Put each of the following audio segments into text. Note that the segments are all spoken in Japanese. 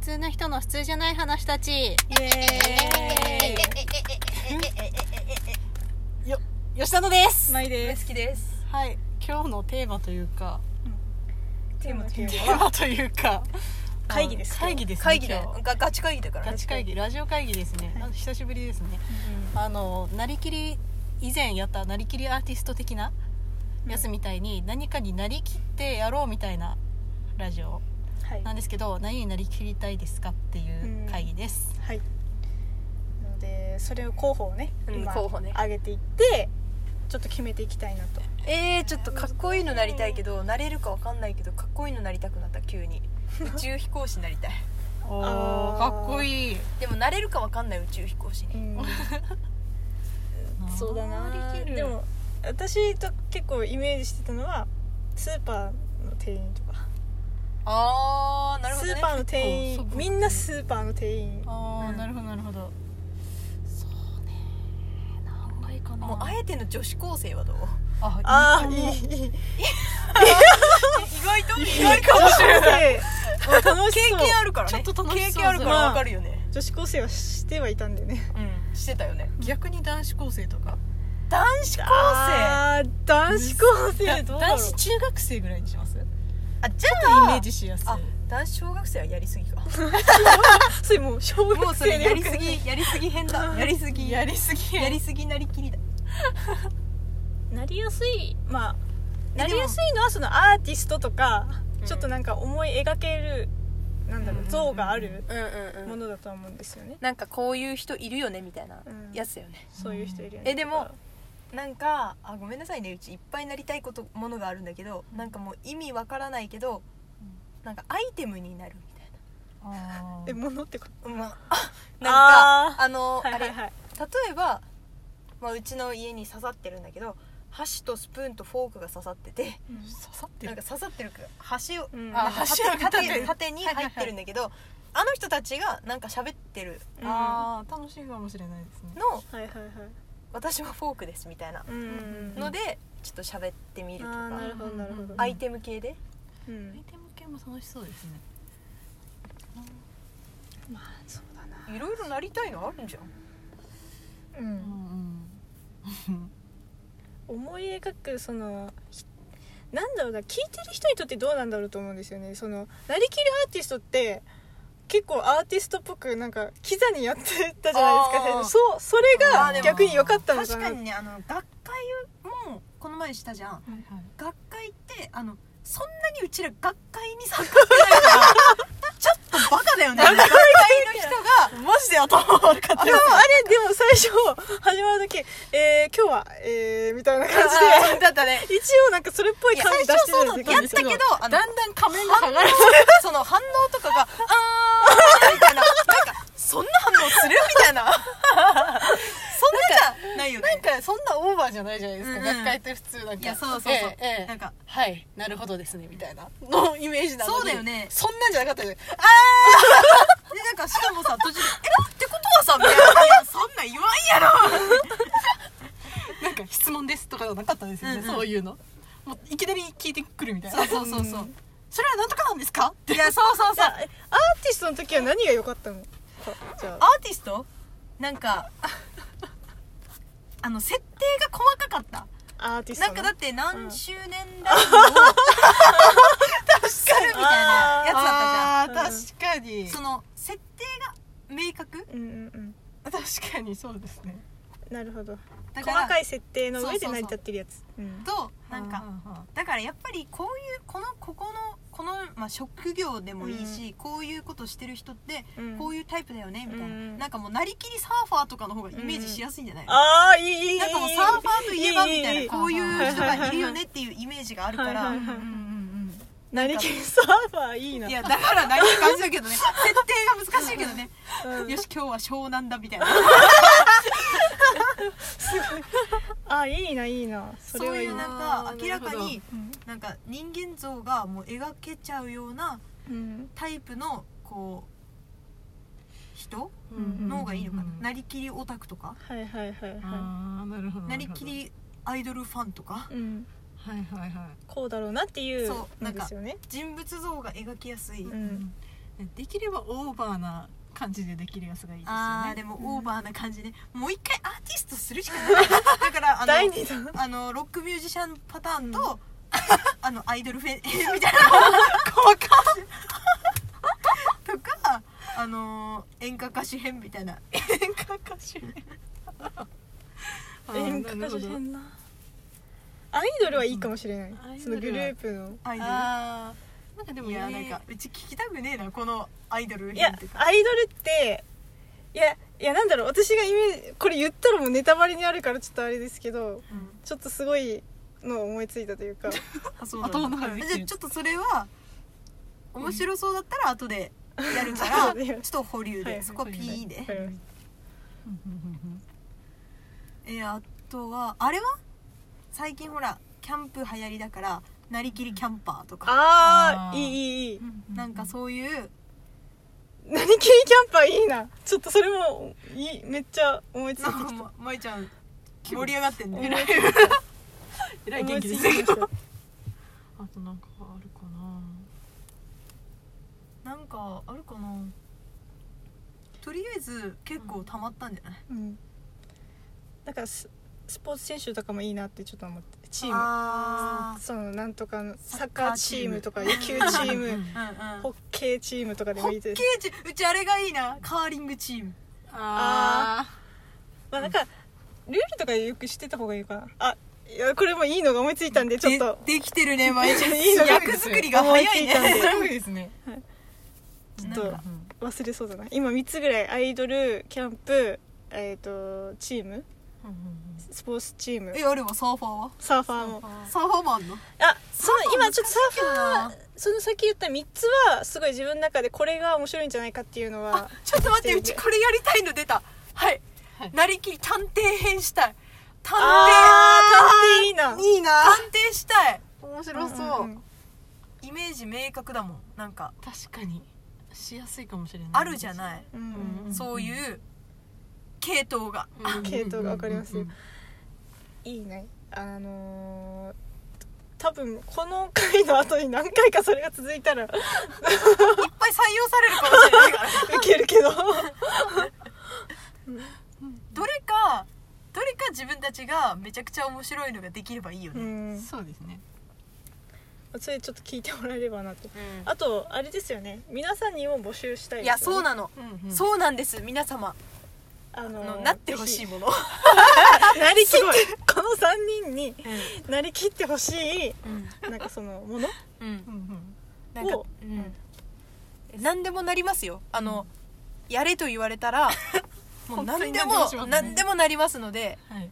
通な人の普通じゃない話たち。イエーイ。吉田のです。 まいです。 好きです。 はい、今日のテーマというか、 テーマというか会議です。 会議ですね。 会議だよ。ガチ会議だからね。 ガチ会議、ラジオ会議ですね。久しぶりですね。なりきり、以前やったなりきりアーティスト的なやつみたいに、何かになりきってやろうみたいなラジオなんですけど、何になりきりたいですかっていう会議です。 はい。なのでそれを候補をね、 候補ね上げていってちょっと決めていきたいなと。 ちょっとかっこいいのなりたいけど、なれるかわかんないけどかっこいいのなりたくなった。急に宇宙飛行士になりたい。 おー、かっこいい。 でもなれるかわかんない宇宙飛行士に、 そうだな。でも私と結構イメージしてたのはスーパーの店員とか。 あー、なるほどね。 スーパーの店員、みんなスーパーの店員。 あー、なるほどなるほど。そうね、何回かな。 もうあえての女子高生はどう？ いい意外かもしれない。 楽しそう。 経験あるからね。 ちょっと楽しそう。 経験あるから分かるよね。 女子高生はしてはいたんだよね。 してたよね。 逆に男子高生とか。 男子高生。 男子高生どうだろう。 男子中学生ぐらいにします？ じゃあイメージしやすい。 男子小学生はやりすぎか。 それもう小学生もうそれやりすぎ変だ。やりすぎなりきりだ。 なりやすい、なりやすいのはそのアーティストとか、ちょっとなんか思い描ける像があるものだと思うんですよね。 なんかこういう人いるよねみたいなやつだよね。 そういう人いるよね。 でもなんかごめんなさいね、うちいっぱいなりたいものがあるんだけど、なんかもう意味わからないけど、なんかアイテムになるみたいな。 物ってこと？ なんかあれ、例えば、うちの家に刺さってるんだけど、箸とスプーンとフォークが刺さってて、なんか刺さってるから箸を縦に入ってるんだけど、あの人たちがなんか喋ってる、 楽しいかもしれないですね。 の私はフォークですみたいなのでちょっと喋ってみるとか。 なるほどなるほど。 アイテム系で、 アイテム系も楽しそうですね。 そうだな。 いろいろなりたいのあるんじゃん。 思い描くそのなんだろうな、聞いてる人にとってどうなんだろうと思うんですよね。そのなりきりアーティストって結構アーティストっぽくなんかキザにやってたじゃないですか。それが逆に良かったのかな。 確かにね、学会もこの前したじゃん。学会ってそんなにうちら学会に参加してないからちょっとバカだよね。学会の人がマジで頭悪かった。 でも最初始まる時今日はみたいな感じでだったね。 一応なんかそれっぽい感じ出してるんですけど、 やったけどだんだん仮面が剥がれてその反応とかがみたいな、なんかそんな反応するみたいなそんなじゃないよね。 なんかそんなオーバーじゃないじゃないですか。学会って普通なんか、 いやそうなんかはいなるほどですねみたいなのイメージなのに、 そうだよね。 そんなんじゃなかったよね。 でなんかしかもさ途中でってことはさみたいな、いやそんなん言わんやろなんか質問ですとかなかったですよね。そういうのもういきなり聞いてくるみたいな。 そうそれはなんとかなんですかって。 いやそうアーティストの時は何が良かったの？じゃあアーティストなんか設定が細かかった。 アーティストなんかだって何周年ライブを確かみたいなやつだったじゃん。 確かにその設定が明確。 確かにそうですね。 なるほど。 だ細かい設定の上で成り立ってるやつと、なんかだからやっぱりこういうこの職業でもいいし、こういうことしてる人ってこういうタイプだよねみたいな、なんかもうなりきりサーファーとかの方がイメージしやすいんじゃないの？ いいなんかもうサーファーといえばみたいな、こういう人がいるよねっていうイメージがあるから、 なりきりサーファーいいな。 いやだからなりきり感じだけどね設定が難しいけどね、よし今日は湘南だみたいないいな。 そういうなんか明らかになんか人間像がもう描けちゃうようなタイプのこう人の方がいいのかな。なりきりオタクとか、なりきりアイドルファンとか、 こうだろうなっていうなんかですよね。 人物像が描きやすいできればオーバーな感じでできるやつがいいですよね。 あーでもオーバーな感じで、もう一回アーティストするしかないだから第二弾ロックミュージシャンパターンと、アイドルフェンみたいな細かとか演歌歌手編みたいな演歌歌手演歌歌手編な。アイドルはいいかもしれない、 うんそのグループの。 アイドル。 あーなんかでもいやなんかうち聞きたくねえなこのアイドルいや編ってか。 アイドルっていやなんだろう、私がイメージこれ言ったらもうネタバレにあるからちょっとあれですけど、ちょっとすごいのを思いついたというかあそうなん頭の中でだ。じゃあちょっとそれは面白そうだったら後でやるから、 うんちょっと保留で、 はいそこはピーで、 わかりましあとはあれは最近ほらキャンプ流行りだからなりきりキャンパーとか、 あーあーいいなんかそういう何キリキャンパーいいな。ちょっとそれもめっちゃ思いついてきた。 まいちゃん盛り上がってんね。 えらい元気です思いついてきましたあとなんかあるかなんかあるかな。とりあえず結構溜まったんじゃない？ うんだからスポーツ選手とかもいいなってちょっと思ってチームあそのなんとかのサッカーチームとか野球チームー、 ホッケーチームとかでホッケーもいいです。 チうちあれがいいな、カーリングチーム。 あまあなんかルールとかよく知ってた方がいいかな。あいやこれもいいのが思いついたんでちょっとできてるね、まいちゃん。 いいのが役作りが早い思いついたんでね。 すごいですねちょっとなんか忘れそうだな。今3つぐらいアイドルキャンプチームスポーツチームあれはサーファーはサーファーもサーファーもあんの？ その今ちょっとサーファーーそのさっき言った3つはすごい自分の中でこれが面白いんじゃないかっていうのはちょっと待って、うちこれやりたいの出た。はいはい。 なりきり探偵編したい。探探偵いいな。 いいな。探偵したい。 面白そう、 んんイメージ明確だもん。なんか確かにしやすいかもしれないあるじゃない。 うんうんそういう系統が。 系統が分かりますようんいいね。多分この回の後に何回かそれが続いたらいっぱい採用されるかもしれないから。 ウケるけどどれか自分たちがめちゃくちゃ面白いのができればいいようね。 んそうですねそれちょっと聞いてもらえればなと。 うあとあれですよね、皆さんにも募集したいん、 ですよね。 いやそうなの、 うんそうなんです。皆様なってほしいぜもの。 ひなりきってすごいこの3人になりきってほしいなんかそのものうん、 うんうんなんか、 を何でもなりますよ。やれと言われたらもう本当に何でも何でもしますね何でもなりますので、 はい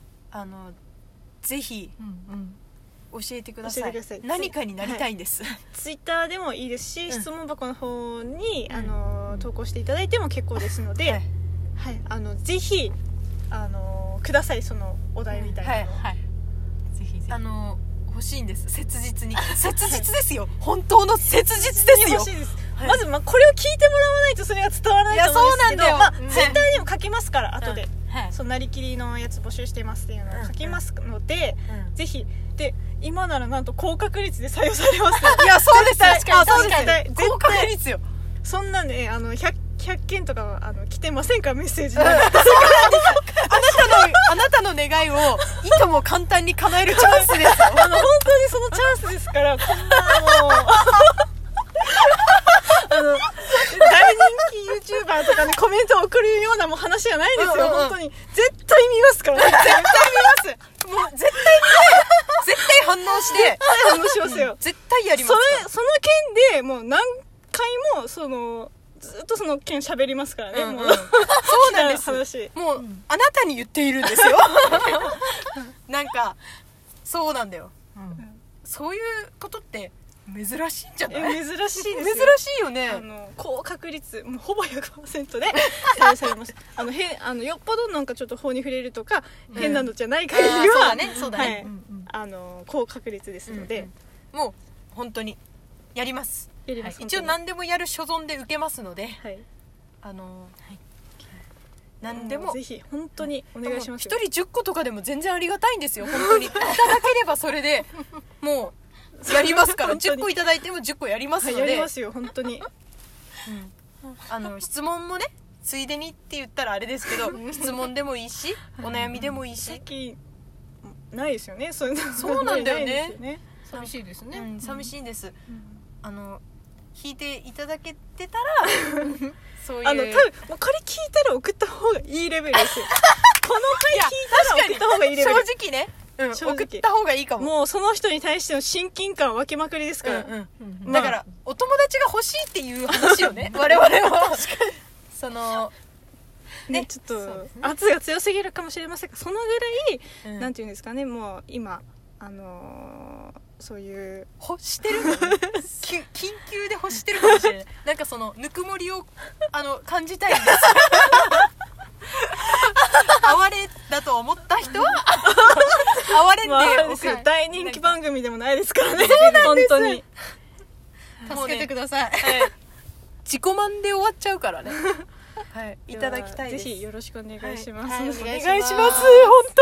ぜひうん教えてください。 教えてください何かになりたいんです。 ツイッターでもいいですし、質問箱の方にうん投稿していただいても結構ですので、 はいはいぜひください、そのお題みたいなのを、 はいぜひぜひ欲しいんです。切実に切実ですよ。本当の切実ですよ欲しいです、 はいまずこれを聞いてもらわないとそれが伝わらないと思うんですけど、 いやそうなんだよツイッターにも書きますから後で、 はいそのなりきりのやつ募集してますっていうのを書きますので、 うんぜひで今ならなんと高確率で採用されますいやそうです。 絶対あそうです絶対高確率よ。 そんなね100件とかは来てませんからメッセージであなたの願いをいとも簡単に叶えるチャンスですよ。 本当にそのチャンスですから、こんなもう大人気 YouTuber とかにコメントを送るようなもう話じゃないですよ、 うんうんうん本当に絶対見ますから絶対絶対見ます。もう絶対反応して反応しますよ、 絶対やりますから。 その件でもう何回もずっとその件喋りますからね、もうそうなんです。 話もう、あなたに言っているんですよ。なんかそうなんだよ。そういうことって珍しいんじゃない？ 珍しいですよ珍しいよね。 高確率もうほぼ 100% で採用されますよっぽどなんかちょっと法に触れるとか、変なのじゃない限りは、 そうだねそうだね。 はい高確率ですので、 もう本当にやります。 やります一応何でもやる所存で受けますので、 はい何でもぜひ本当にお願いしますよ。 一人10個とかでも全然ありがたいんですよ。本当にいただければそれでもうやりますから本当に 10個いただいても10個やりますはい、 ので、 やりますよ本当に質問もねついでにって言ったらあれですけど質問でもいいしお悩みでもいいし、 最近ないですよね、そうなんだよねないですよね。 寂しいですね、 寂しいんです。聞いていただけてたらそういう多分もうこれ聞いたら送った方がいいレベルですよこの回聞いたら送った方がいいレベル、 正直ね、送った方がいいかも。 もうその人に対しての親近感湧きまくりですから、 だからお友達が欲しいっていう話よね我々はそのね、ちょっと圧が強すぎるかもしれませんが、そのぐらい、なんていうんですかね、もう今そういう欲してる緊急で欲してるかもしれないなんかそのぬくもりを感じたいんです哀れだと思った人は哀れんで送る、 大人気番組でもないですからねそうなんです、 本当に助けてください、 自己満で終わっちゃうからねはい、いただきたいです。 ぜひよろしくお願いします、 はい、お願いします。本